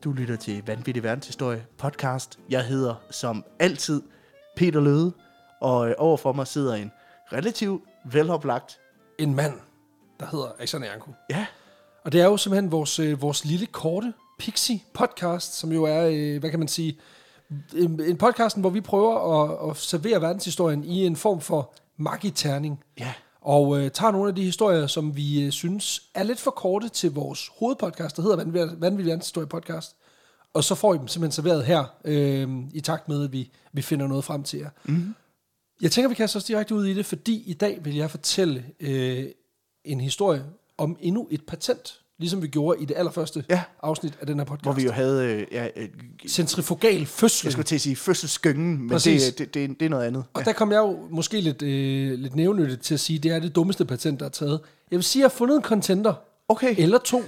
Du lytter til Vanvittig Verdenshistorie podcast. Jeg hedder som altid Peter Løde, og overfor mig sidder en relativt veloplagt en mand, der hedder Alexander Janko. Ja. Og det er jo simpelthen vores lille korte Pixie-podcast, som jo er, hvad kan man sige, en podcast, hvor vi prøver at servere verdenshistorien i en form for magiterning. Ja. Og tager nogle af de historier, som vi synes er lidt for korte til vores hovedpodcast, der hedder Vanvittig Verdenshistorie podcast. Og så får I dem simpelthen serveret her, i takt med, at vi finder noget frem til jer. Mm-hmm. Jeg tænker, vi kaster os direkte ud i det, fordi i dag vil jeg fortælle en historie om endnu et patent, ligesom vi gjorde i det allerførste afsnit af den her podcast. Hvor vi jo havde centrifugal fødsel. Jeg skulle til at sige fødselsskyngen, men det er noget andet. Og der kom jeg jo måske lidt nævnyttigt til at sige, at det er det dummeste patent, der er taget. Jeg vil sige, at jeg har fundet en contender. Okay. Eller to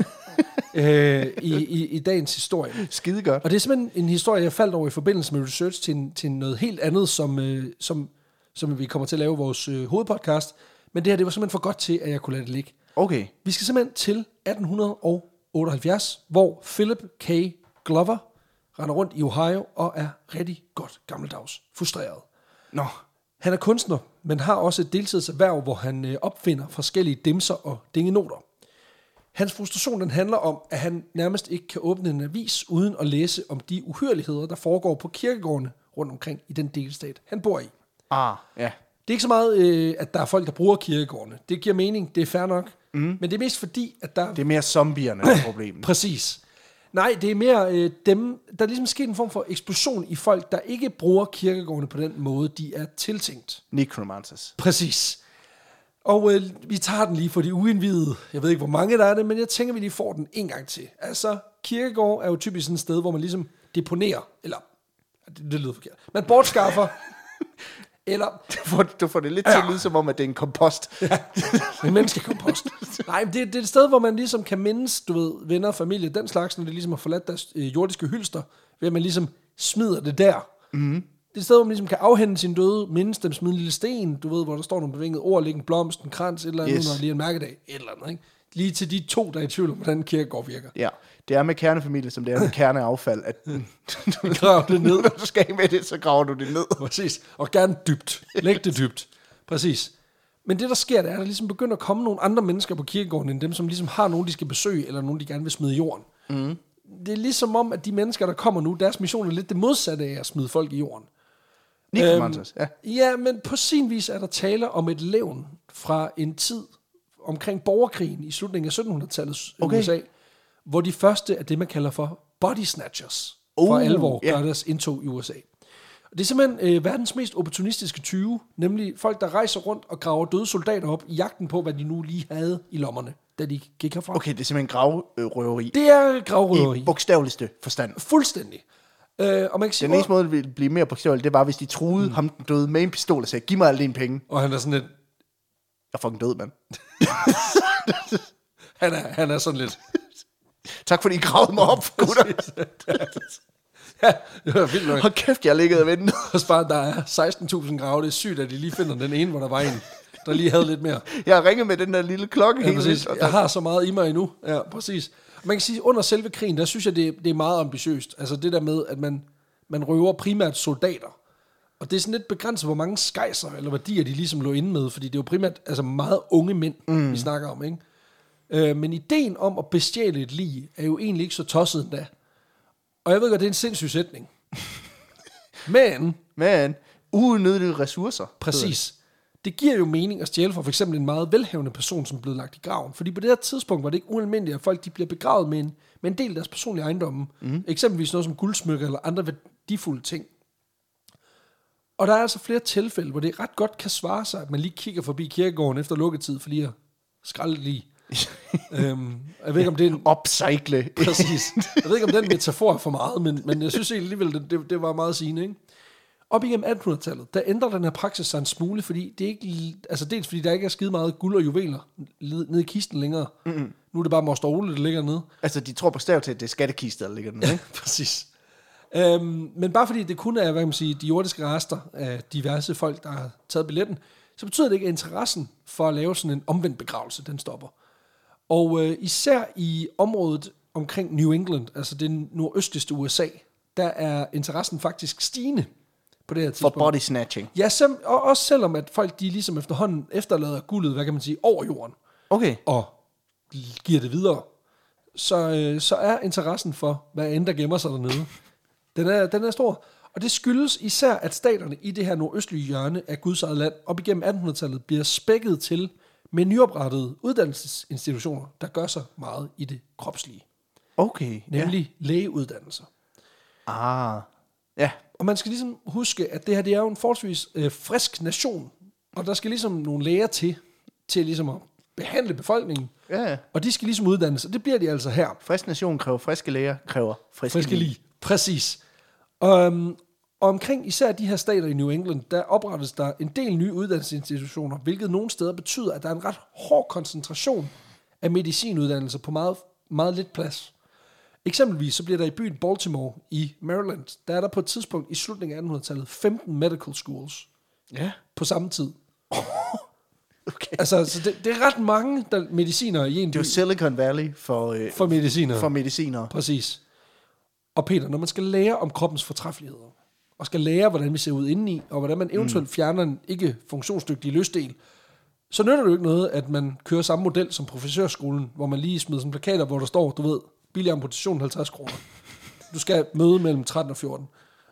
i dagens historie. Skide godt. Og det er simpelthen en historie, jeg faldt over i forbindelse med research til noget helt andet, som vi kommer til at lave vores hovedpodcast. Men det her, det var simpelthen for godt til, at jeg kunne lade det ligge. Okay. Vi skal simpelthen til 1878, hvor Philip K. Glover render rundt i Ohio og er rigtig godt gammeldags frustreret. Nå. Han er kunstner, men har også et deltidserhverv, hvor han opfinder forskellige dimser og dingenoter. Hans frustration den handler om, at han nærmest ikke kan åbne en avis uden at læse om de uhyrligheder, der foregår på kirkegårdene rundt omkring i den delstat, han bor i. Ja. Det er ikke så meget, at der er folk, der bruger kirkegårdene. Det giver mening, det er fair nok. Men det er mest fordi, at der... Det er mere zombierne, der er problemet. Præcis. Nej, det er mere dem... Der er ligesom sket en form for eksplosion i folk, der ikke bruger kirkegårdene på den måde, de er tiltænkt. Necromancers. Præcis. Og vi tager den lige for de uindvidede. Jeg ved ikke, hvor mange der er det, men jeg tænker, vi lige får den en gang til. Altså, kirkegård er jo typisk sådan et sted, hvor man ligesom deponerer, eller... Det lyder forkert. Man bortskaffer... Eller... Du får det lidt til at lyde som om, at det er en kompost. Ja, en menneskekompost. Nej, det er et sted, hvor man ligesom kan mindes, du ved, venner, familie, den slags, når det ligesom har forladt deres jordiske hylster, ved at man ligesom smider det der. Mm-hmm. Det er et sted, hvor man ligesom kan afhænde sin døde, mindes dem, smide en lille sten, du ved, hvor der står nogle bevingede ord, ligge en blomst, en krans, et eller andet, når lige en mærkedag, et eller andet, ikke? Lige til de to, der er i tvivl om, hvordan kirkegård virker. Ja, det er med kernefamilie, som det er med kerneaffald, at du graver det ned. Når du skal med det, så graver du det ned. Præcis, og gerne dybt. Læg det dybt. Præcis. Men det, der sker, det er, at der ligesom begynder at komme nogle andre mennesker på kirkegården, end dem, som ligesom har nogen, de skal besøge, eller nogen, de gerne vil smide i jorden. Mm. Det er ligesom om, at de mennesker, der kommer nu, deres mission er lidt det modsatte af at smide folk i jorden. Ja, men på sin vis er der tale om et levn fra en tid omkring borgerkrigen i slutningen af 1700-tallets USA, hvor de første af det, man kalder for body snatchers, for alvor gør deres indtog i USA. Og det er simpelthen verdens mest opportunistiske tyve, nemlig folk, der rejser rundt og graver døde soldater op i jagten på, hvad de nu lige havde i lommerne, da de gik herfra. Okay, det er simpelthen gravrøveri. Det er gravrøveri. I bogstaveligste forstand. Fuldstændig. Og man kan sige, den eneste måde, det ville blive mere bogstavelig, det var, hvis de truede ham den døde med en pistol og sagde, giv mig alle dine penge. Og han er sådan lidt... Jeg er fucking død, mand. han er sådan lidt... Tak fordi I gravede mig op, gutter. Ja, det var vildt nok. Hold kæft, jeg har ligget og ventet. Og bare, der er 16.000 grave. Det er sygt, at de lige finder den ene, hvor der var en, der lige havde lidt mere. Jeg har ringet med den der lille klokke. Ja, præcis. Jeg har så meget i mig endnu. Ja, præcis. Man kan sige, under selve krigen, der synes jeg, det er meget ambitiøst. Altså det der med, at man røver primært soldater. Og det er sådan lidt begrænset, hvor mange skejser eller værdier, de ligesom lå inde med. Fordi det er jo primært altså meget unge mænd, vi snakker om, ikke? Men ideen om at bestjæle et lig er jo egentlig ikke så tosset endda. Og jeg ved godt, det er en sindssyg sætning. Men unødige ressourcer. Præcis. Det giver jo mening at stjæle fra for eksempel en meget velhavende person, som er blevet lagt i graven. Fordi på det her tidspunkt var det ikke ualmindeligt, at folk de bliver begravet med en del af deres personlige ejendomme. Eksempelvis noget som guldsmykker eller andre værdifulde ting. Og der er altså flere tilfælde, hvor det ret godt kan svare sig, at man lige kigger forbi kirkegården efter lukketid, for lige at skralde lige. Jeg ved ikke, om det er en... Upcycle. Præcis. Jeg ved ikke, om den metafor er for meget, men jeg synes alligevel, det var meget sigende, ikke? Op igennem 1800-tallet, der ændrer den her praksis sig en smule, fordi det er ikke... Altså dels fordi der ikke er skide meget guld og juveler nede i kisten længere. Mm-hmm. Nu er det bare Moster Ole, der ligger nede. Altså, de tror på stav til, at det er skattekister, der ligger nede, ikke? Præcis. Men bare fordi det kun er, hvad kan man sige, de jordiske rester af diverse folk, der har taget billetten, så betyder det ikke, at interessen for at lave sådan en omvendt begravelse, den stopper. Og især i området omkring New England, altså det nordøstligste USA, der er interessen faktisk stigende på det her For tidspunkt. body snatching. Ja, og også selvom at folk de ligesom efterhånden efterlader guldet, hvad kan man sige, over jorden, Okay. og giver det videre, så er interessen for, hvad end der gemmer sig dernede, den er stor. Og det skyldes især, at staterne i det her nordøstlige hjørne af Guds eget land op igennem 1800-tallet bliver spækket til med nyoprettede uddannelsesinstitutioner, der gør sig meget i det kropslige. Okay. Nemlig lægeuddannelser. Ja. Og man skal ligesom huske, at det her det er jo en forholdsvis frisk nation, og der skal ligesom nogle læger til ligesom at behandle befolkningen, Ja. og de skal ligesom uddannes, og det bliver de altså her. Frisk nation kræver friske læger, kræver friske liv. Præcis. Og omkring især de her stater i New England, der oprettes der en del nye uddannelsesinstitutioner, hvilket nogle steder betyder, at der er en ret hård koncentration af medicinuddannelser på meget, meget lidt plads. Eksempelvis så bliver der i byen Baltimore i Maryland, der er der på et tidspunkt i slutningen af 1800-tallet 15 medical schools Ja. på samme tid. Okay. Altså, så det er ret mange der medicinere i en by. Det er jo Silicon Valley For medicinere. For medicinere. Præcis. Og Peter, når man skal lære om kroppens fortræffeligheder, og skal lære, hvordan vi ser ud indeni, og hvordan man eventuelt fjerner en ikke funktionsdygtig løsdel, så nytter det jo ikke noget, at man kører samme model som professørskolen, hvor man lige smider sådan plakater, hvor der står, du ved, billig amputation 50 kroner. Du skal møde mellem 13 og 14.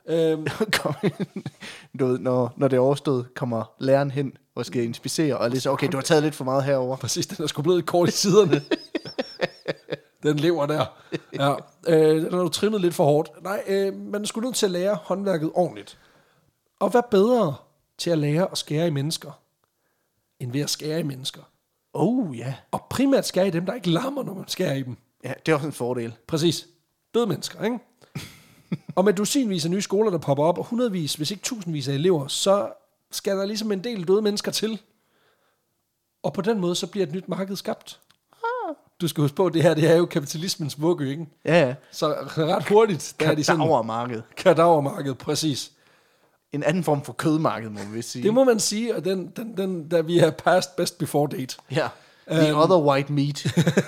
Du ved, når det er overstået, kommer læreren hen og skal inspicere, og lige så, okay, du har taget lidt for meget herover. Præcis, den er sgu blevet kort i siderne. Den lever der. Ja, den er jo trimmet lidt for hårdt. Nej, man er sgu nødt til at lære håndværket ordentligt. Og hvad bedre til at lære at skære i mennesker, end ved at skære i mennesker? Ja. Og primært skære i dem, der ikke larmer, når man skærer i dem. Ja, det er også en fordel. Præcis. Døde mennesker, ikke? Og med dusinvis af nye skoler, der popper op, og hundredvis, hvis ikke tusindvis af elever, så skal der ligesom en del døde mennesker til. Og på den måde, så bliver et nyt marked skabt. Du skal huske på, at det her det er jo kapitalismens vugge, ikke? Ja. Så ret hurtigt, der er de sådan... Kadavermarked. Kadavermarked, præcis. En anden form for kødmarked, må vi sige. Det må man sige, og den der vi er past best before date. Ja. The other white meat.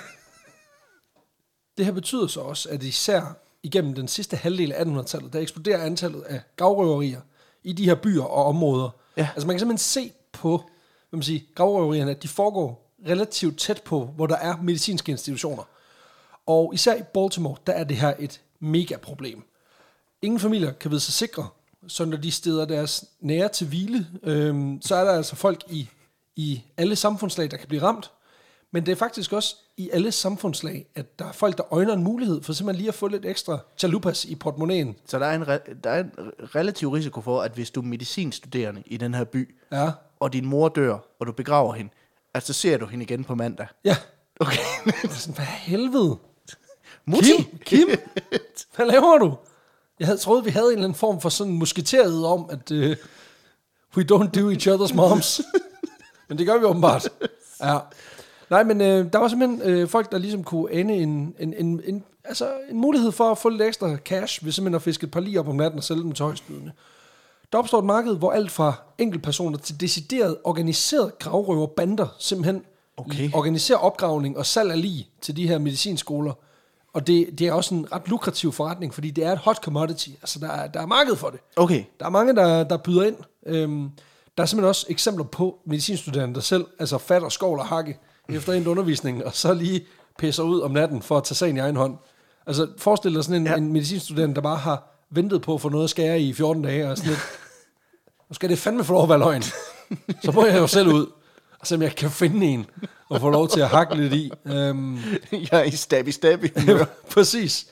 Det her betyder så også, at især igennem den sidste halvdel af 1800-tallet, der eksploderer antallet af gravrøverier i de her byer og områder. Ja. Altså man kan simpelthen se på, hvad man siger, gravrøverierne, at de foregår relativt tæt på, hvor der er medicinske institutioner. Og især i Baltimore, der er det her et mega problem. Ingen familier kan vide sig sikre, så når de steder deres nære til hvile, så er der altså folk i alle samfundslag, der kan blive ramt. Men det er faktisk også i alle samfundslag, at der er folk, der øjner en mulighed for simpelthen lige at få lidt ekstra chalupas i portemonnaien. Så der er en relativ risiko for, at hvis du er medicinstuderende i den her by, Ja. og din mor dør, og du begraver hende, altså så ser du hende igen på mandag. Ja. Okay. Sådan, hvad helvede? Mutti? Kim? Hvad laver du? Jeg havde troet, vi havde en eller anden form for sådan musketeret om, at we don't do each other's moms. Men det gør vi åbenbart. Ja. Nej, men der var simpelthen folk, der ligesom kunne ane en mulighed for at få lidt ekstra cash, ved simpelthen at fiske et par lige op om natten og sælge dem til højstbydende. Der opstår et marked, hvor alt fra enkeltpersoner til decideret organiseret gravrøverbander simpelthen organiserer opgravning og salg af lig til de her medicinskoler. Og det er også en ret lukrativ forretning, fordi det er et hot commodity. Altså, der er marked for det. Okay. Der er mange, der byder ind. Der er simpelthen også eksempler på medicinstuderende, der selv altså fatter skovl og hakke efter en undervisning, og så lige pisser ud om natten for at tage sagen i egen hånd. Altså, forestil dig sådan en medicinstuderende, der bare har ventet på at få noget at skære i 14 dage, og sådan lidt. Nu skal det fandme få lov at være løgn. Så må jeg jo selv ud, og se om jeg kan finde en, og få lov til at hakke lidt i. Jeg er i stabby. Præcis.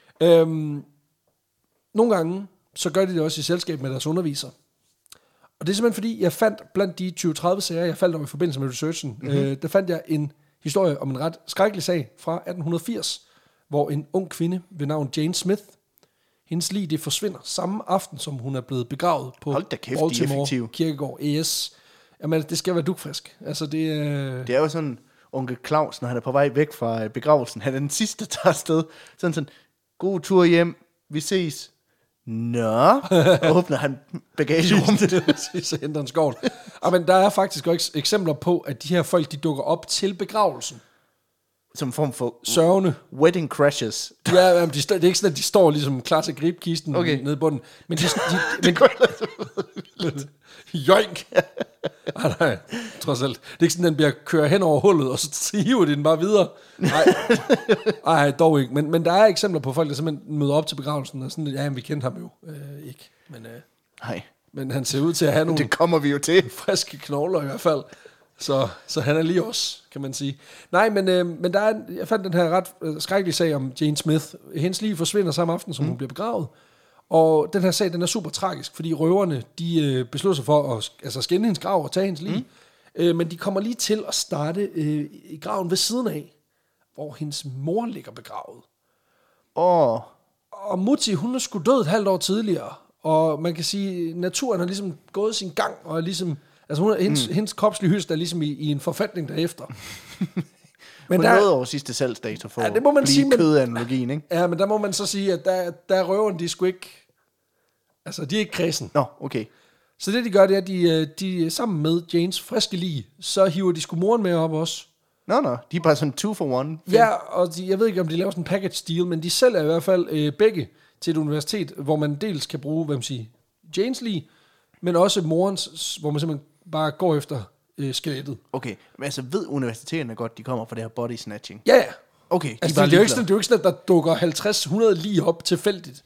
Nogle gange, så gør de det også i selskab med deres undervisere. Og det er simpelthen fordi, jeg fandt blandt de 20-30 sager, jeg faldt over i forbindelse med researchen, der fandt jeg en historie om en ret skrækkelig sag fra 1880, hvor en ung kvinde ved navn Jane Smith, hendes lig det forsvinder samme aften, som hun er blevet begravet på Baltimore Kirkegård. Yes. Jamen, det skal være dugfrisk. Altså, det er jo sådan, onkel Claus, når han er på vej væk fra begravelsen, han er den sidste, der er afsted. Sådan, god tur hjem, vi ses. Nå, åbner han bagagerummet. Så henter han skovl. Men der er faktisk også eksempler på, at de her folk, de dukker op til begravelsen. som form for sørgende. wedding crashes. Ja, men det er ikke sådan, at de står ligesom klar til at gribe kisten nede i bunden. Men joink! Nej, trods alt. Det er ikke sådan, at den bliver kørt hen over hullet, og så hiver de den bare videre. Nej, dog ikke. Men der er eksempler på folk, der simpelthen møder op til begravelsen, og sådan, ja, vi kendte ham jo ikke. Men han ser ud til at have nogle... Det kommer vi jo til. Friske knogler i hvert fald. Så han er lige os, kan man sige. Nej, men der er jeg fandt den her ret skrækkelige sag om Jane Smith. Hendes liv forsvinder samme aften, som hun bliver begravet. Og den her sag, den er super tragisk, fordi røverne, de beslutter sig for at skænde hendes grav og tage hendes liv. Men de kommer lige til at starte i graven ved siden af, hvor hendes mor ligger begravet. Og Mutti, hun er sgu død et halvt år tidligere. Og man kan sige, naturen har ligesom gået sin gang, og er ligesom... Altså hendes kropslige hyst er ligesom i en forfatning derefter. Men der er noget over sidste salgsdato for det må man blive sige, kødanalogien, ikke? Ja, men der må man så sige, at der er røverne, de er sgu ikke... Altså, de er ikke kredsen. Nå, okay. Så det, de gør, det er, at de sammen med Janes friske lig, så hiver de sgu moren med op også. Nå, de er bare sådan 2 for 1. Ja, og jeg ved ikke, om de laver sådan en package deal, men de sælger i hvert fald begge til et universitet, hvor man dels kan bruge, Janes lig, men også morens, hvor man simpelthen bare går efter skelettet. Okay, men altså ved universiteterne godt, de kommer fra det her body snatching? Ja. Okay, altså, det er jo ikke sådan, at der dukker 50-100 lige op tilfældigt.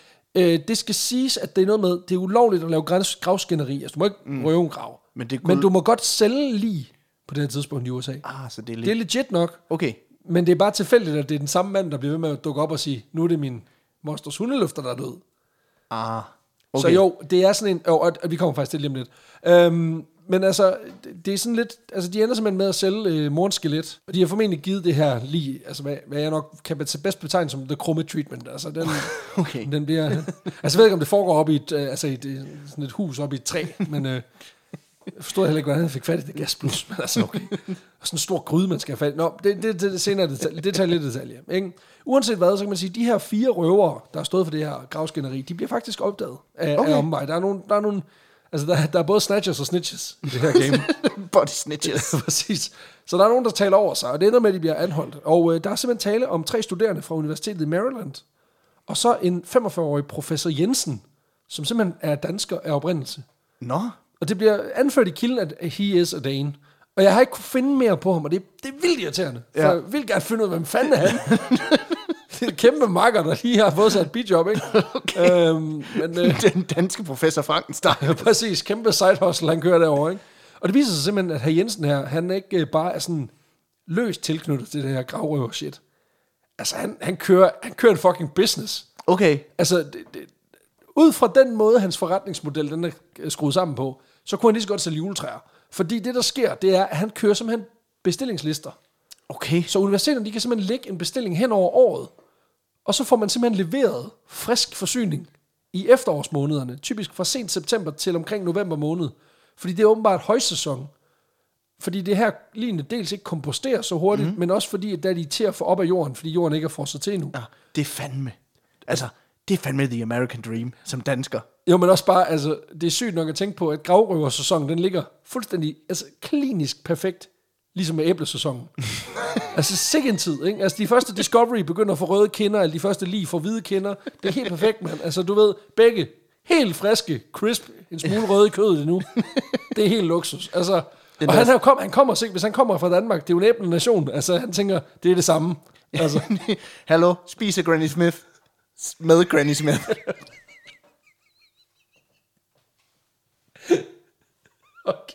Det skal siges, at det er noget med, det er ulovligt at lave gravskænderi. Altså, du må ikke røve en grav. Men du må godt sælge lige på det her tidspunkt i USA. Så det er legit nok. Okay. Men det er bare tilfældigt, at det er den samme mand, der bliver ved med at dukke op og sige, nu er det min mosters hundeløfter, der er død. Okay. Så jo, det er sådan en... og vi kommer faktisk til lige om lidt. Men altså, det er sådan lidt... Altså, de ender simpelthen med at sælge morens skelet. Og de har formentlig givet det her lige... Altså, hvad jeg nok kan bedst betegne som the chroma treatment. Altså, den bliver... Altså, jeg ved ikke, om det foregår op i sådan et hus op i et træ, men... Jeg forstod heller ikke, hvordan han fik fat i det gasplus. Men altså, okay. Og sådan en stor gryde, man skal have fat i. Nå, det senere detaljer. Ikke? Uanset hvad, så kan man sige, at de her 4 røvere, der har stået for det her gravskænderi, de bliver faktisk opdaget af omvej. Der er nogle altså, der er både snatchers og snitches i det her game. Body snitches. Præcis. Så der er nogen, der taler over sig, og det ender med, at de bliver anholdt. Og der er simpelthen tale om 3 studerende fra Universitetet i Maryland, og så en 45-årig professor Jensen, som simpelthen er dansker af oprindelse. Nå. Og det bliver anført i kilden, at he is a Dane. Og jeg har ikke kunne finde mere på ham, og det er vildt irriterende. For jeg vil gerne finde ud af, hvem fanden er han. Det er en kæmpe makker, der lige har fået sig et bidjob, ikke? Okay. Den danske professor Frankenstein. Præcis, kæmpe side hustle, han kører derovre, ikke? Og det viser sig simpelthen, at herr Jensen her, han ikke bare er sådan løst tilknyttet til det her gravrøver shit. Altså, han kører en fucking business. Okay. Altså, ud fra den måde, hans forretningsmodel, den er skruet sammen på, så kunne han lige så godt sælge juletræer. Fordi det, der sker, det er, at han kører simpelthen bestillingslister. Okay. Så universiteterne, de kan simpelthen lægge en bestilling hen over året, og så får man simpelthen leveret frisk forsyning i efterårsmånederne, typisk fra sent september til omkring november måned. Fordi det er åbenbart højsæson. Fordi det her lignende dels ikke komposterer så hurtigt, men også fordi, at der er de til at få op af jorden, fordi jorden ikke er frosset til endnu. Ja, det er fandme. Altså, det er fandme the American dream som dansker. Jo, men også bare, altså, det er sygt nok at tænke på, at gravrøversæsonen, den ligger fuldstændig, altså klinisk perfekt, ligesom med æblesæsonen. Altså, sikke en tid, ikke? Altså, de første Discovery begynder at få røde kinder, eller de første lige får hvide kinder. Det er helt perfekt, mand. Altså, du ved, begge helt friske, crisp, en smule røde i kødet endnu. Det er helt luksus. Altså, og han kommer sikkert, hvis han kommer fra Danmark, det er jo en æblenation. Altså, han tænker, det er det samme. Altså. Hallo, spiser Granny Smith med Granny Smith. Okay.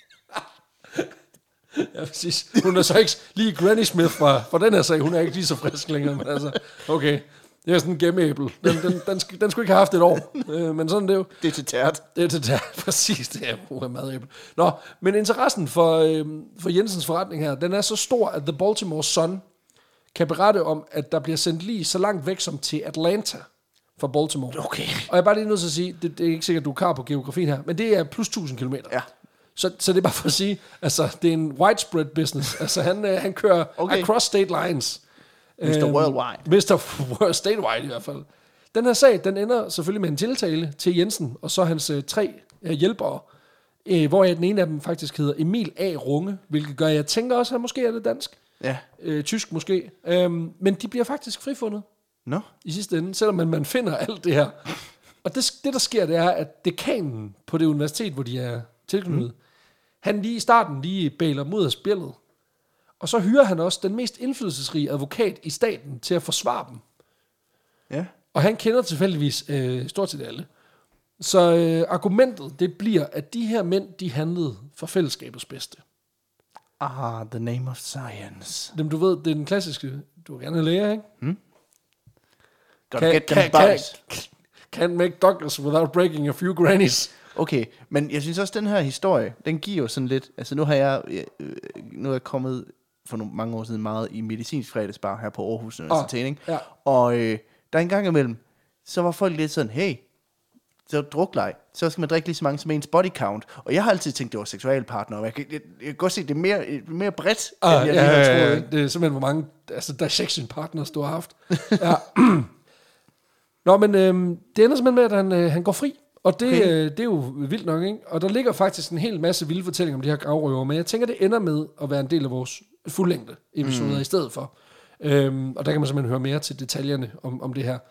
Ja, præcis. Hun er så ikke lige Granny Smith fra den her sag. Hun er ikke lige så frisk længere, men altså, okay. Det er sådan en gemmeæble. Den skulle ikke have haft et år. Men sådan det er jo. Det er til tært. Det er til tært, præcis. Det er madæble. Nå, men interessen for Jensens forretning her, den er så stor, at The Baltimore Sun kan berette om, at der bliver sendt lige så langt væk som til Atlanta fra Baltimore. Okay. Og jeg er bare lige nødt til at sige, det er ikke sikkert, at du er klar på geografien her, men det er plus 1000 kilometer. Ja. Så det er bare for at sige, altså, det er en widespread business. Altså, han kører across state lines. Mr. Worldwide. Mr. Statewide i hvert fald. Den her sag, den ender selvfølgelig med en tiltale til Jensen, og så hans 3 hjælpere, hvor den ene af dem faktisk hedder Emil A. Runge, hvilket gør, jeg tænker også, at han måske er det dansk. Ja. Tysk måske. Men de bliver faktisk frifundet Nå? i sidste ende, selvom man finder alt det her. Og det der sker, det er, at dekanen på det universitet, hvor de er tilknyttet, han lige i starten bæler mod af spillet. Og så hyrer han også den mest indflydelsesrige advokat i staten til at forsvare dem. Ja. Og han kender tilfældigvis stort set alle. Så argumentet, det bliver, at de her mænd, de handlede for fællesskabets bedste. The name of science. Dem, du ved, det er den klassiske, du vil gerne lære, ikke? Gotta get them bodies. Can't make doctors without breaking a few grannies. Okay, men jeg synes også, den her historie, den giver jo sådan lidt... Altså, nu er jeg kommet for mange år siden meget i medicinsk fredagsbar her på Aarhus Universitet, ikke? Ja. Og der en gang imellem, så var folk lidt sådan, hey, så drukleg, så skal man drikke lige så mange som ens body count. Og jeg har altid tænkt, det var seksualpartner, og jeg kan godt se, det er mere bredt, end jeg lige har troet. Ikke? Det er simpelthen, hvor mange dissection partners du har haft. Ja. Nå, men det ender simpelthen med, at han går fri. Og det er jo vildt nok, ikke? Og der ligger faktisk en hel masse vilde fortællinger om de her gravrøver, men jeg tænker, det ender med at være en del af vores fuldlængde episoder i stedet for. Og der kan man simpelthen høre mere til detaljerne om det her.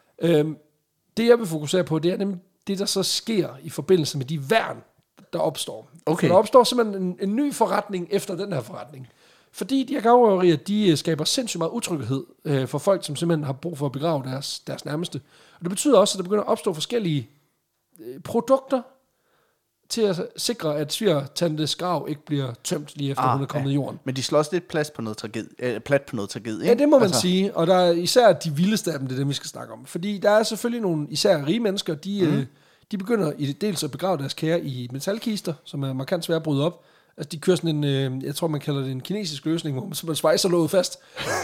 Det, jeg vil fokusere på, det er nemlig det, der så sker i forbindelse med de værn, der opstår. Okay. For der opstår simpelthen en ny forretning efter den her forretning. Fordi de her gravrøverier, de skaber sindssygt meget utryghed for folk, som simpelthen har brug for at begrave deres nærmeste. Og det betyder også, at der begynder at opstå forskellige produkter til at sikre, at svigertantes grav ikke bliver tømt lige efter hun er kommet i jorden. Men de slår også lidt plat på noget tragedie, ikke? Ja, det må man sige. Og der er især de vildeste af dem, det er dem, vi skal snakke om. Fordi der er selvfølgelig nogle især rige mennesker, de begynder dels at begrave deres kære i metalkister, som er markant svært at bryde op. Altså, de kører sådan en, jeg tror, man kalder det en kinesisk løsning, hvor man simpelthen svejser låget fast.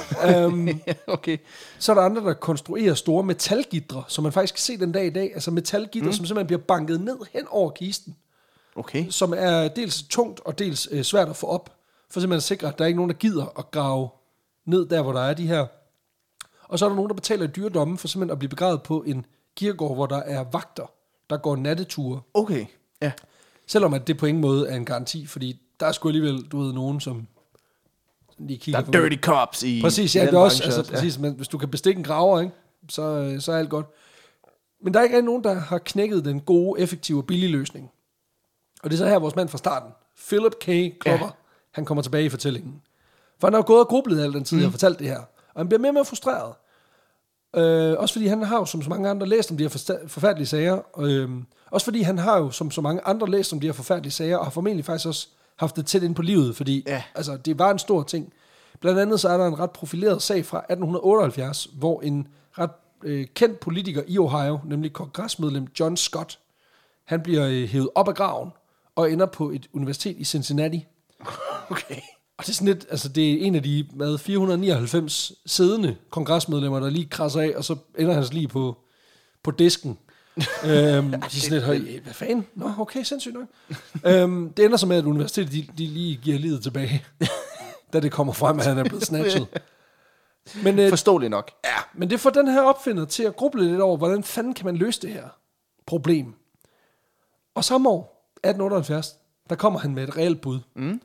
Okay. Så er der andre, der konstruerer store metalgitre, som man faktisk kan se den dag i dag. Altså metalgitre, som simpelthen bliver banket ned hen over kisten. Okay. Som er dels tungt og dels svært at få op. For simpelthen at sikre, at der er ikke nogen, der gider at grave ned der, hvor der er de her. Og så er der nogen, der betaler dyredomme for simpelthen at blive begravet på en kirkegård, hvor der er vagter, der går natteture. Okay, ja. Selvom at det på ingen måde er en garanti, fordi der er sgu alligevel, du ved, nogen, som de kigger der er dirty cops i... Præcis, ja, det er også, altså, præcis, men hvis du kan bestikke en graver, ikke, så er alt godt. Men der er ikke rigtig nogen, der har knækket den gode, effektive og billige løsning. Og det er så her vores mand fra starten, Philip K. Clover, han kommer tilbage i fortællingen. For han har jo gået og grublet al den tid, jeg har fortalt det her. Og han bliver mere og mere frustreret. Også fordi han har jo, som så mange andre, læst om de her forfærdelige sager. Også fordi han har jo, som så mange andre, læst om de her forfærdelige sager, og har formentlig faktisk også haft det tæt ind på livet, fordi altså, det var en stor ting. Blandt andet så er der en ret profileret sag fra 1878, hvor en ret kendt politiker i Ohio, nemlig kongresmedlem John Scott, han bliver hævet op af graven og ender på et universitet i Cincinnati. Okay. Og det er sådan lidt, altså det er en af de 499 siddende kongresmedlemmer, der lige krasser af, og så ender han lige på disken. De er sådan lidt, hvad fanden? Nå, okay, sindssygt nok. Det ender så med, at universitetet de lige giver livet tilbage, da det kommer frem, at han er blevet snatchet. Men, forståeligt nok. Ja, men det får den her opfinder til at gruble lidt over, hvordan fanden kan man løse det her problem. Og samme år, 1878, der kommer han med et reelt bud.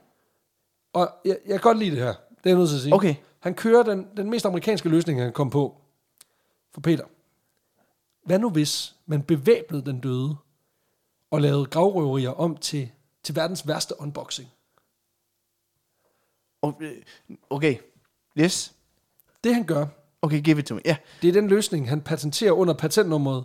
Og jeg kan godt lide det her. Det er jeg nødt til at sige. Okay. Han kører den mest amerikanske løsning, han kom på. For Peter. Hvad nu hvis man bevæbnede den døde og lavede gravrøverier om til verdens værste unboxing? Okay. Yes. Det han gør, okay, give it to me. Yeah. Det er den løsning, han patenterer under patentnummeret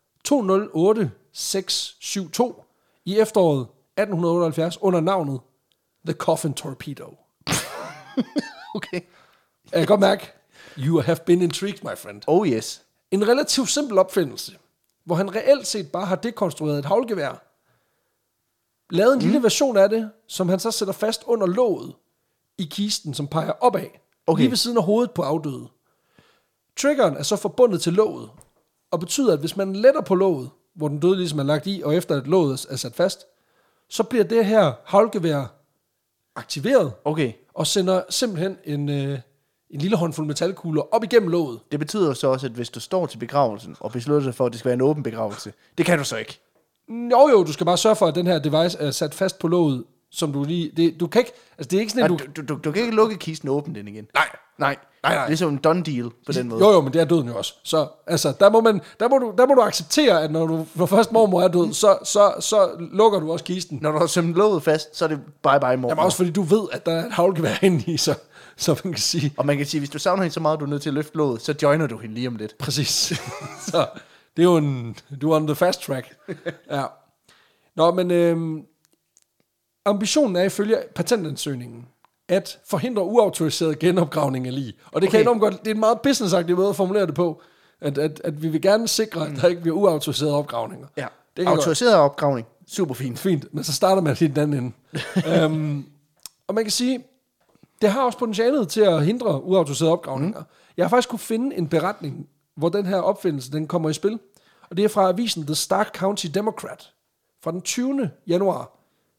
208672 i efteråret 1878 under navnet The Coffin Torpedo. Okay. Jeg kan godt mærke, you have been intrigued, my friend. Oh yes. En relativt simpel opfindelse, hvor han reelt set bare har dekonstrueret et haglgevær, lavet en lille version af det, som han så sætter fast under låget i kisten, som peger opad, lige ved siden af hovedet på afdøde. Triggeren er så forbundet til låget, og betyder, at hvis man letter på låget, hvor den døde ligesom er lagt i, og efter at låget er sat fast, så bliver det her haglgevær aktiveret, og sender simpelthen en lille håndfuld metalkugler op igennem låget. Det betyder så også, at hvis du står til begravelsen, og beslutter dig for, at det skal være en åben begravelse, det kan du så ikke. Jo, du skal bare sørge for, at den her device er sat fast på låget, som du lige... Du kan ikke... Altså, det er ikke sådan, at du kan ikke lukke kisten og åbne den igen. Nej. Det er sådan en done deal på den måde. Jo, men det er døden jo også. Så altså, der må du acceptere, at når først mormor er død, så lukker du også kisten. Når du har sømt låget fast, så er det bye mormor. Jamen også fordi du ved, at der er et haglgevær inde i, så man kan sige... Og man kan sige, hvis du savner hende så meget, du er nødt til at løfte låget, så joiner du hende lige om lidt. Præcis. Så det er jo du er on the fast track. Ja. Nå, men ambitionen er ifølge patentansøgningen at forhindre uautoriseret genopgravning af lig. Og det kan enormt godt, det er en meget businessagtig måde at formulere det på, at vi vil gerne sikre, at der ikke bliver uautoriserede opgravninger. Ja, det autoriseret opgravning, super fint. Fint, men så starter man i den anden ende. Og man kan sige, det har også potentialet til at hindre uautoriserede opgravninger. Jeg har faktisk kunne finde en beretning, hvor den her opfindelse, den kommer i spil. Og det er fra avisen The Stark County Democrat, fra den 20. januar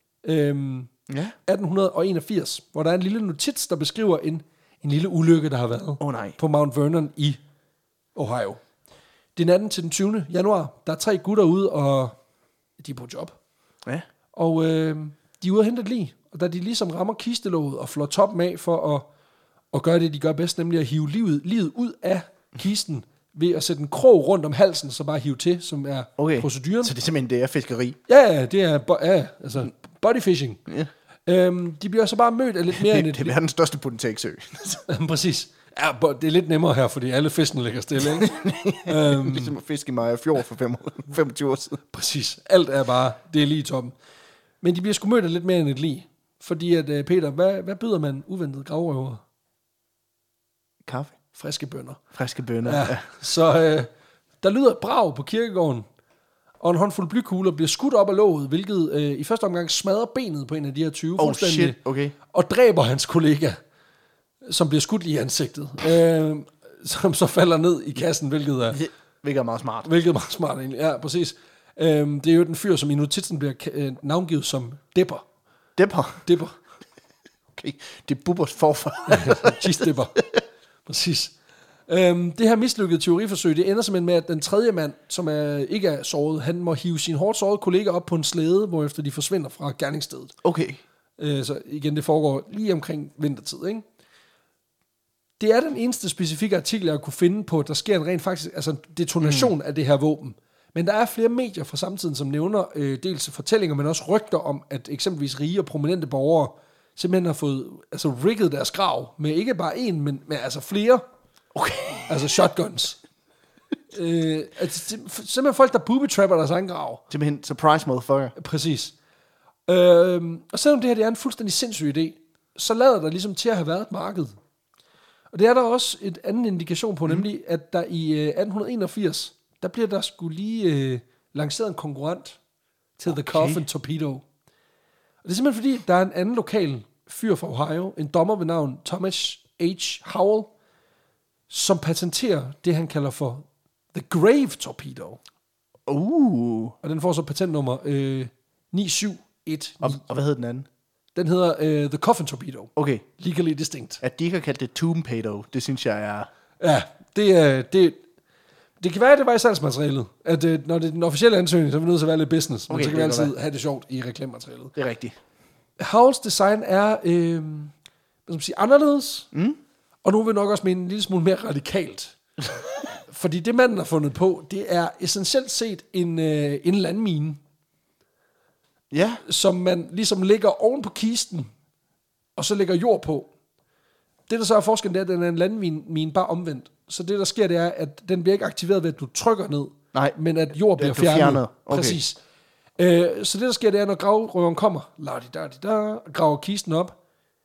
1881, hvor der er en lille notits, der beskriver en lille ulykke, der har været på Mount Vernon i Ohio. Det er natten til den 20. januar. Der er 3 gutter ude, og de er på job. Ja. Og de er ude at hente et lig, og da de ligesom rammer kistelåget og flår toppen af for at gøre det, de gør bedst, nemlig at hive livet ud af kisten, ved at sætte en krog rundt om halsen, så bare hive til, som er proceduren. Så det er simpelthen det er fiskeri? Ja, det er altså bodyfishing. Ja. De bliver så bare mødt af lidt mere end det er verdens største potentialsø. Præcis. Ja, det er lidt nemmere her, fordi alle fiskene ligger stille, ikke? Ligesom at fiske i Maja Fjord for 25 år siden. Præcis. Alt er bare, det er lige i toppen. Men de bliver sgu mødt af lidt mere end et lig. Fordi at, Peter, hvad byder man uventet gravrøver? Kaffe. Friske bønner. Ja. Så der lyder et brag på kirkegården, og en håndfuld blykugler bliver skudt op af låget, hvilket i første omgang smadrer benet på en af de her 20 fuldstændig, og dræber hans kollega, som bliver skudt lige i ansigtet, som så falder ned i kassen, hvilket er meget smart. Hvilket er meget smart egentlig, ja, præcis. Det er jo den fyr, som i notitsen bliver navngivet som Dipper. Dipper. Okay, det er Bubbers forfar. Cheese Dipper. Præcis. Det her mislykkede teoriforsøg, det ender simpelthen med, at den tredje mand, som ikke er såret, han må hive sin hårdt sårede kollega op på en slæde, hvorefter de forsvinder fra gerningsstedet. Okay. Så igen, det foregår lige omkring vintertid, ikke? Det er den eneste specifikke artikel, jeg kunne finde på, at der sker en rent faktisk detonation af det her våben. Men der er flere medier fra samtiden, som nævner dels fortællinger, men også rygter om, at eksempelvis rige og prominente borgere simpelthen har fået rigget deres grav med ikke bare en, men med flere. Okay. Altså shotguns. Simpelthen folk, der booby-trapper deres egen grav. Simpelthen surprise motherfucker. Præcis. Og selvom det her det er en fuldstændig sindssyg idé, så lader der ligesom til at have været et marked. Og det er der også et anden indikation på, nemlig at der i 1881, der bliver der skulle lige lanceret en konkurrent til The Coffin Torpedo. Og det er simpelthen fordi, der er en anden lokal fyr fra Ohio, en dommer ved navn Thomas H. Howell, som patenterer det, han kalder for The Grave Torpedo. Og den får så patentnummer 971. Og hvad hedder den anden? Den hedder The Coffin Torpedo. Okay. Legally distinct. At de ikke har kaldt det Tompedo, det synes jeg er... Ja, det kan være, at det var i salgsmaterialet. At når det er den officielle ansøgning, så er vi nødt til at være lidt business. Okay, men så kan vi altid have det sjovt i reklamematerialet. Det er rigtigt. Howells design er anderledes. Og nu vil vi nok også mene en lille smule mere radikalt. Fordi det, manden har fundet på, det er essentielt set en landmine. Ja. Som man ligesom lægger oven på kisten, og så lægger jord på. Det, der så er forskellen, det er, at den er en landmine bare omvendt. Så det, der sker, det er, at den bliver ikke aktiveret ved, at du trykker ned. Nej, men at jord bliver fjernet. Okay. Præcis. Så det, der sker, det er, når gravrøveren kommer, graver kisten op.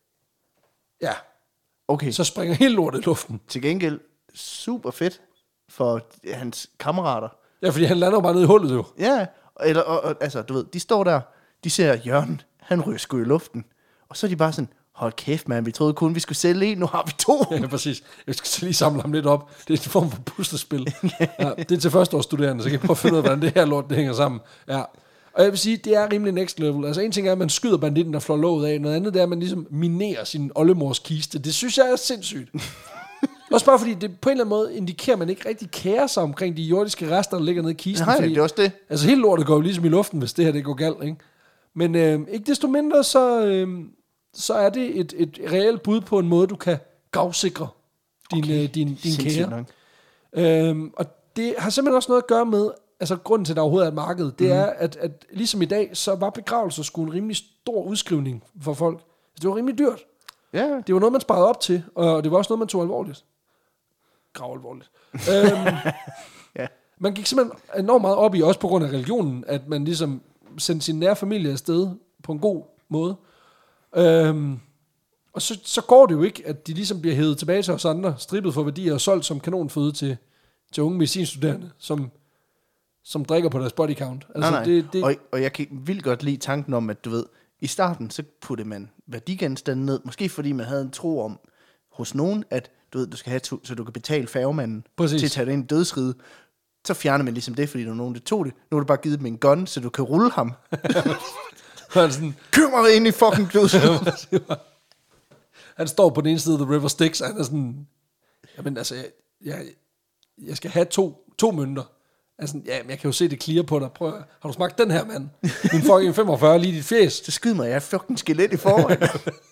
Ja. Okay. Så springer hele lortet i luften. Til gengæld super fedt for hans kammerater. Ja, fordi han lander bare ned i hullet jo. Ja, altså du ved, de står der, de ser Jørgen, han ryger sgu i luften. Og så er de bare sådan, hold kæft mand, vi troede kun vi skulle sælge en, nu har vi 2. Ja, præcis. Jeg skal så lige samle ham lidt op. Det er en form for puslespil. Ja, det er til førsteårsstuderende, så kan jeg prøve at finde ud af, hvordan det her lort det hænger sammen. Ja. Og jeg vil sige, det er rimelig next level. Altså en ting er, at man skyder banditten, der flår låget af. Noget andet det er, at man ligesom minerer sin oldemors kiste. Det synes jeg er sindssygt. Også bare fordi det på en eller anden måde indikerer, at man ikke rigtig kærer sig omkring de jordiske rester, der ligger nede i kisten. Nej, fordi, det er også det. Altså hele lortet går jo ligesom i luften, hvis det her det går galt, ikke? Men ikke desto mindre, så er det et reelt bud på en måde, du kan gravsikre din kære. Og det har simpelthen også noget at gøre med, altså grunden til, at der overhovedet er et marked, det er, at ligesom i dag, så var begravelser sgu en rimelig stor udskrivning for folk. Altså, det var rimelig dyrt. Ja. Det var noget, man sparede op til, og det var også noget, man tog alvorligt. Gravalvorligt. Ja. Man gik simpelthen enormt meget op i, også på grund af religionen, at man ligesom sendte sin nære familie afsted på en god måde. Og så går det jo ikke, at de ligesom bliver hævet tilbage til os andre, strippet for værdier og solgt som kanonføde til unge medicinstuderende, som drikker på deres body count. Altså, nej. Og jeg kan vildt godt lide tanken om, at du ved, i starten, så puttede man værdigenstande ned, måske fordi man havde en tro om hos nogen, at du ved, du skal have så du kan betale færgemanden til at tage det ind i dødsride. Så fjerner man ligesom det, fordi der var nogen, der tog det. Nu er du bare givet dem en gun, så du kan rulle ham. Kør mig ind i fucking dødsride. Han står på den ene side af The River Styx, og han er sådan, jamen altså, jeg skal have to mønter. Altså, ja, men jeg kan jo se det clear på dig. Prøv, har du smagt den her, mand? Min fucking 45 lige dit fjes. Så skyd mig, jeg er fucking skelet i forvejen.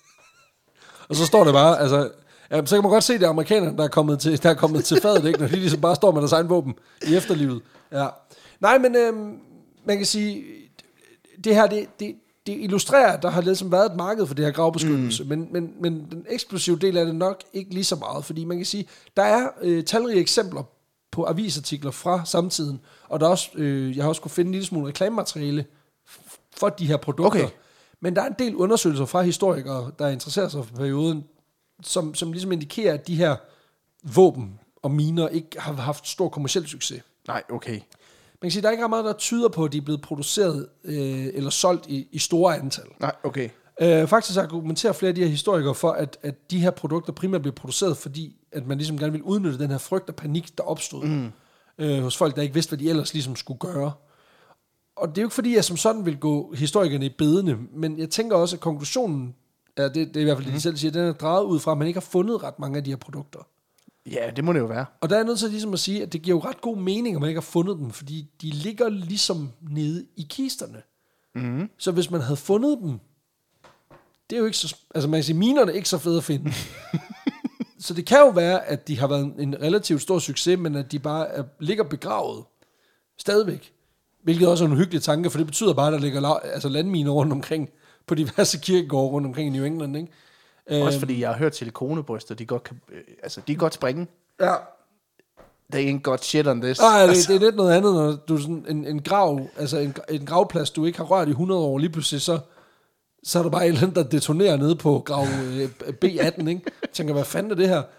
Og så står det bare, altså, ja, så kan man godt se, det er amerikanerne, der er kommet til fadet, ikke? Når de ligesom bare står med deres egen våben i efterlivet. Ja. Nej, men man kan sige, det her, det illustrerer, at der har ligesom været et marked for det her gravbeskyttelse, men den eksplosive del af det nok ikke lige så meget, fordi man kan sige, der er talrige eksempler på avisartikler fra samtiden, og der er også, jeg har også kunne finde en lille smule reklamemateriale for de her produkter, okay. Men der er en del undersøgelser fra historikere, der interesserer sig for perioden, som ligesom indikerer, at de her våben og miner ikke har haft stor kommerciel succes. Nej, okay. Man kan sige, der er ikke ret meget, der tyder på, at de er blevet produceret eller solgt i store antal. Nej, okay. Faktisk argumenterer flere af de her historikere for, at de her produkter primært bliver produceret, fordi at man ligesom gerne vil udnytte den her frygt og panik, der opstod hos folk, der ikke vidste, hvad de ellers ligesom skulle gøre. Og det er jo ikke fordi, jeg som sådan vil gå historikerne i bedene, men jeg tænker også, at konklusionen, det er i hvert fald det, de selv siger, den er drejet ud fra, at man ikke har fundet ret mange af de her produkter. Ja, det må det jo være. Og der er nødt til ligesom at sige, at det giver jo ret god mening, at man ikke har fundet dem, fordi de ligger ligesom nede i kisterne. Mm-hmm. Så hvis man havde fundet dem, det er jo ikke så... Altså man kan sige, minerne er ikke så fede at finde. Så det kan jo være, at de har været en relativt stor succes, men at de bare ligger begravet stadigvæk. Hvilket også er en hyggelig tanke, for det betyder bare, at der ligger landminer rundt omkring på diverse kirkegårde rundt omkring i New England, ikke? Også fordi jeg har hørt silikonebryster, de godt kan, de kan godt springe. Ja. They ain't got shit on this. Nej, det er lidt noget andet, når du sådan en grav, altså en gravplads, du ikke har rørt i 100 år, lige pludselig så er der bare et eller andet, der detonerer nede på grav B18, ikke? Jeg tænker, hvad fanden er det her?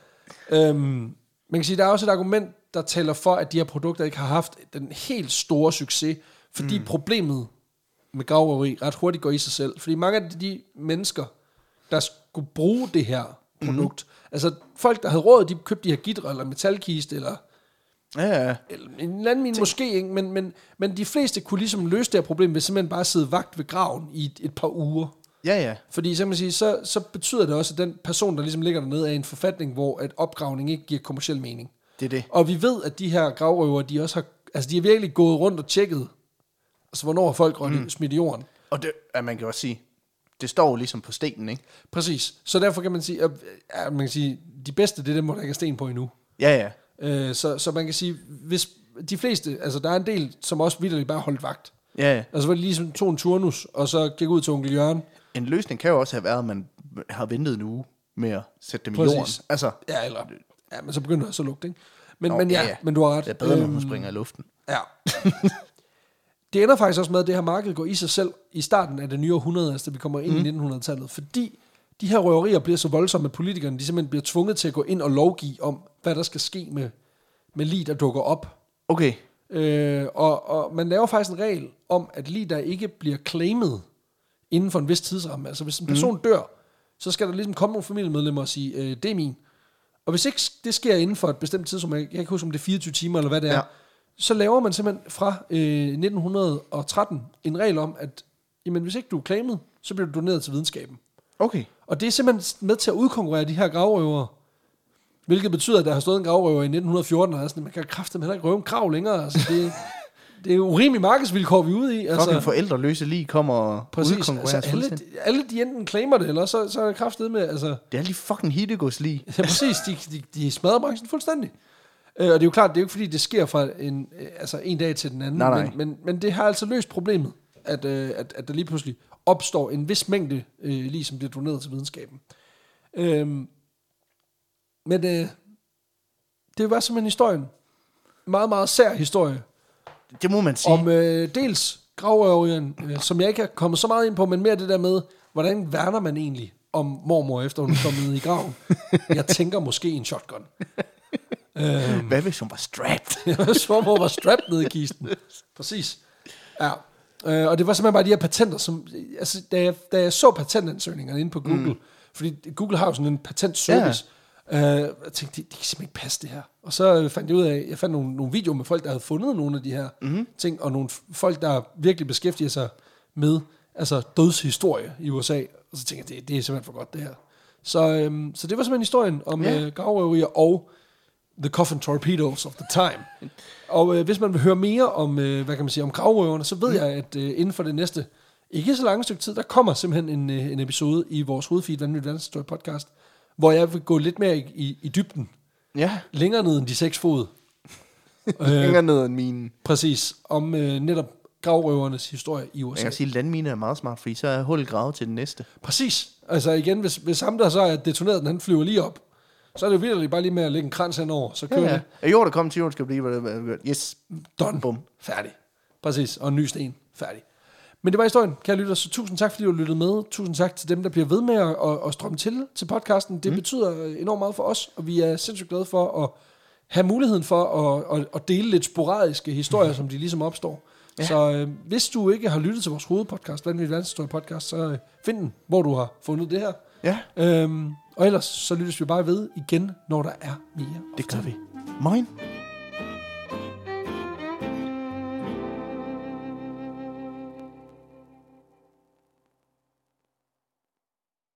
Man kan sige, der er også et argument, der taler for, at de her produkter ikke har haft den helt store succes, fordi problemet med gravrøveri ret hurtigt går i sig selv. Fordi mange af de mennesker, der skulle bruge det her produkt, altså folk, der havde råd, de købte de her gitre, eller metalkiste, eller eller en anden mine måske, ikke? Men de fleste kunne ligesom løse det her problem ved simpelthen bare sidde vagt ved graven i et par uger. Ja. Fordi så man sige, så betyder det også, at den person, der ligesom ligger dernede, er i en forfatning, hvor at opgravning ikke giver kommerciel mening. Det er det. Og vi ved, at de her gravrøver, de også har, altså de har virkelig gået rundt og tjekket, altså hvornår har folk smidt i jorden. Og det, man kan også sige, det står jo ligesom på stenen, ikke? Præcis. Så derfor kan man sige, at man kan sige, de bedste, det er dem, hvor der ikke er sten på endnu. Ja. Så man kan sige, hvis de fleste, altså der er en del, som også vitterligt bare holdt vagt. Ja. Altså hvor de ligesom tog en turnus, og så gik ud til onkel Jørgen. En løsning kan jo også have været, at man har ventet en uge med at sætte dem i jorden. Altså. Ja, men så begynder det så at lugte, ikke? Men du har ret. Det er bedre, når hun springer i luften. Ja. Det ender faktisk også med, at det her marked går i sig selv i starten af det nye århundrede, altså da vi kommer ind i 1900-tallet, fordi de her røverier bliver så voldsomme, at politikerne de simpelthen bliver tvunget til at gå ind og lovgive om, hvad der skal ske med lig, der dukker op. Okay. Og man laver faktisk en regel om, at lig, der ikke bliver claimet inden for en vis tidsramme, altså hvis en person dør, så skal der ligesom komme nogle familiemedlemmer og sige, det er min. Og hvis ikke det sker inden for et bestemt tidsrum, jeg kan ikke huske, om det er 24 timer, eller hvad det er, så laver man simpelthen fra 1913 en regel om, at jamen, hvis ikke du er claimet, så bliver du doneret til videnskaben. Okay. Og det er simpelthen med til at udkonkurrere de her gravrøvere, hvilket betyder, at der har stået en gravrøver i 1914, og sådan, man kan kraftedeme heller ikke røve en grav længere. Altså, Det er jo urimelige markedsvilkår, vi er ude i. Fucking forældreløse lige kommer og udkonkurreres alle de enten claimer det, eller så er det kraftedet med, Det er lige fucking hittegås lige. Ja, præcis. De smadrer branchen fuldstændig. Og det er jo klart, det er jo ikke fordi, det sker fra en dag til den anden. Nej. Men det har altså løst problemet, at der lige pludselig opstår en vis mængde lige som bliver doneret til videnskaben. Men det var simpelthen historien. Meget, meget sær historie. Det må man sige. Om dels gravrøveren, som jeg ikke er kommet så meget ind på, men mere det der med, hvordan værner man egentlig om mormor, efter hun er kommet i graven. Jeg tænker måske en shotgun. Hvad hvis hun var strapped? Hvis mormor var strapped nede i kisten. Præcis. Ja. Og det var simpelthen bare de her patenter, som... Altså, da jeg så patentansøgningerne inde på Google, fordi Google har jo sådan en patentservice, jeg tænkte, det kan simpelthen ikke passe det her. Og så fandt jeg ud af, jeg fandt nogle videoer med folk, der havde fundet nogle af de her ting, og nogle folk, der virkelig beskæftiger sig med dødshistorie i USA. Og så tænkte jeg, det er simpelthen for godt det her. Så det var simpelthen historien om gravrøverier og The Coffin Torpedoes of the Time. Og hvis man vil høre mere om, hvad kan man sige, om gravrøverne, så ved jeg, at inden for det næste, ikke så langt stykke tid, der kommer simpelthen en episode i vores hovedfeed, Vanvittig Verdenshistorie podcast, hvor jeg vil gå lidt mere i dybden. Ja. Længere ned end de 6 fod. Længere ned end minen. Præcis. Om netop gravrøvernes historie i USA. Jeg kan sige, at landmine er meget smart, fordi så er hullet gravet til den næste. Præcis. Altså igen, hvis ham der så er detoneret, han flyver lige op, så er det jo virkelig bare lige med at lægge en krans henover, så kører det. Ja, jo, der kommer 10 år, skal blive, hvad det yes. Done. Bum. Færdig. Præcis. Og en ny sten. Færdig. Men det var historien, kære lytter, så tusind tak, fordi du lyttede med. Tusind tak til dem, der bliver ved med at strømme til podcasten. Det betyder enormt meget for os, og vi er sindssygt glade for at have muligheden for at dele lidt sporadiske historier, som de ligesom opstår. Ja. Så hvis du ikke har lyttet til vores hovedpodcast, Vanvittig Verdenshistorie podcast, så find den, hvor du har fundet det her. Ja. Og ellers så lyttes vi bare ved igen, når der er mere. Det gør vi. Moin.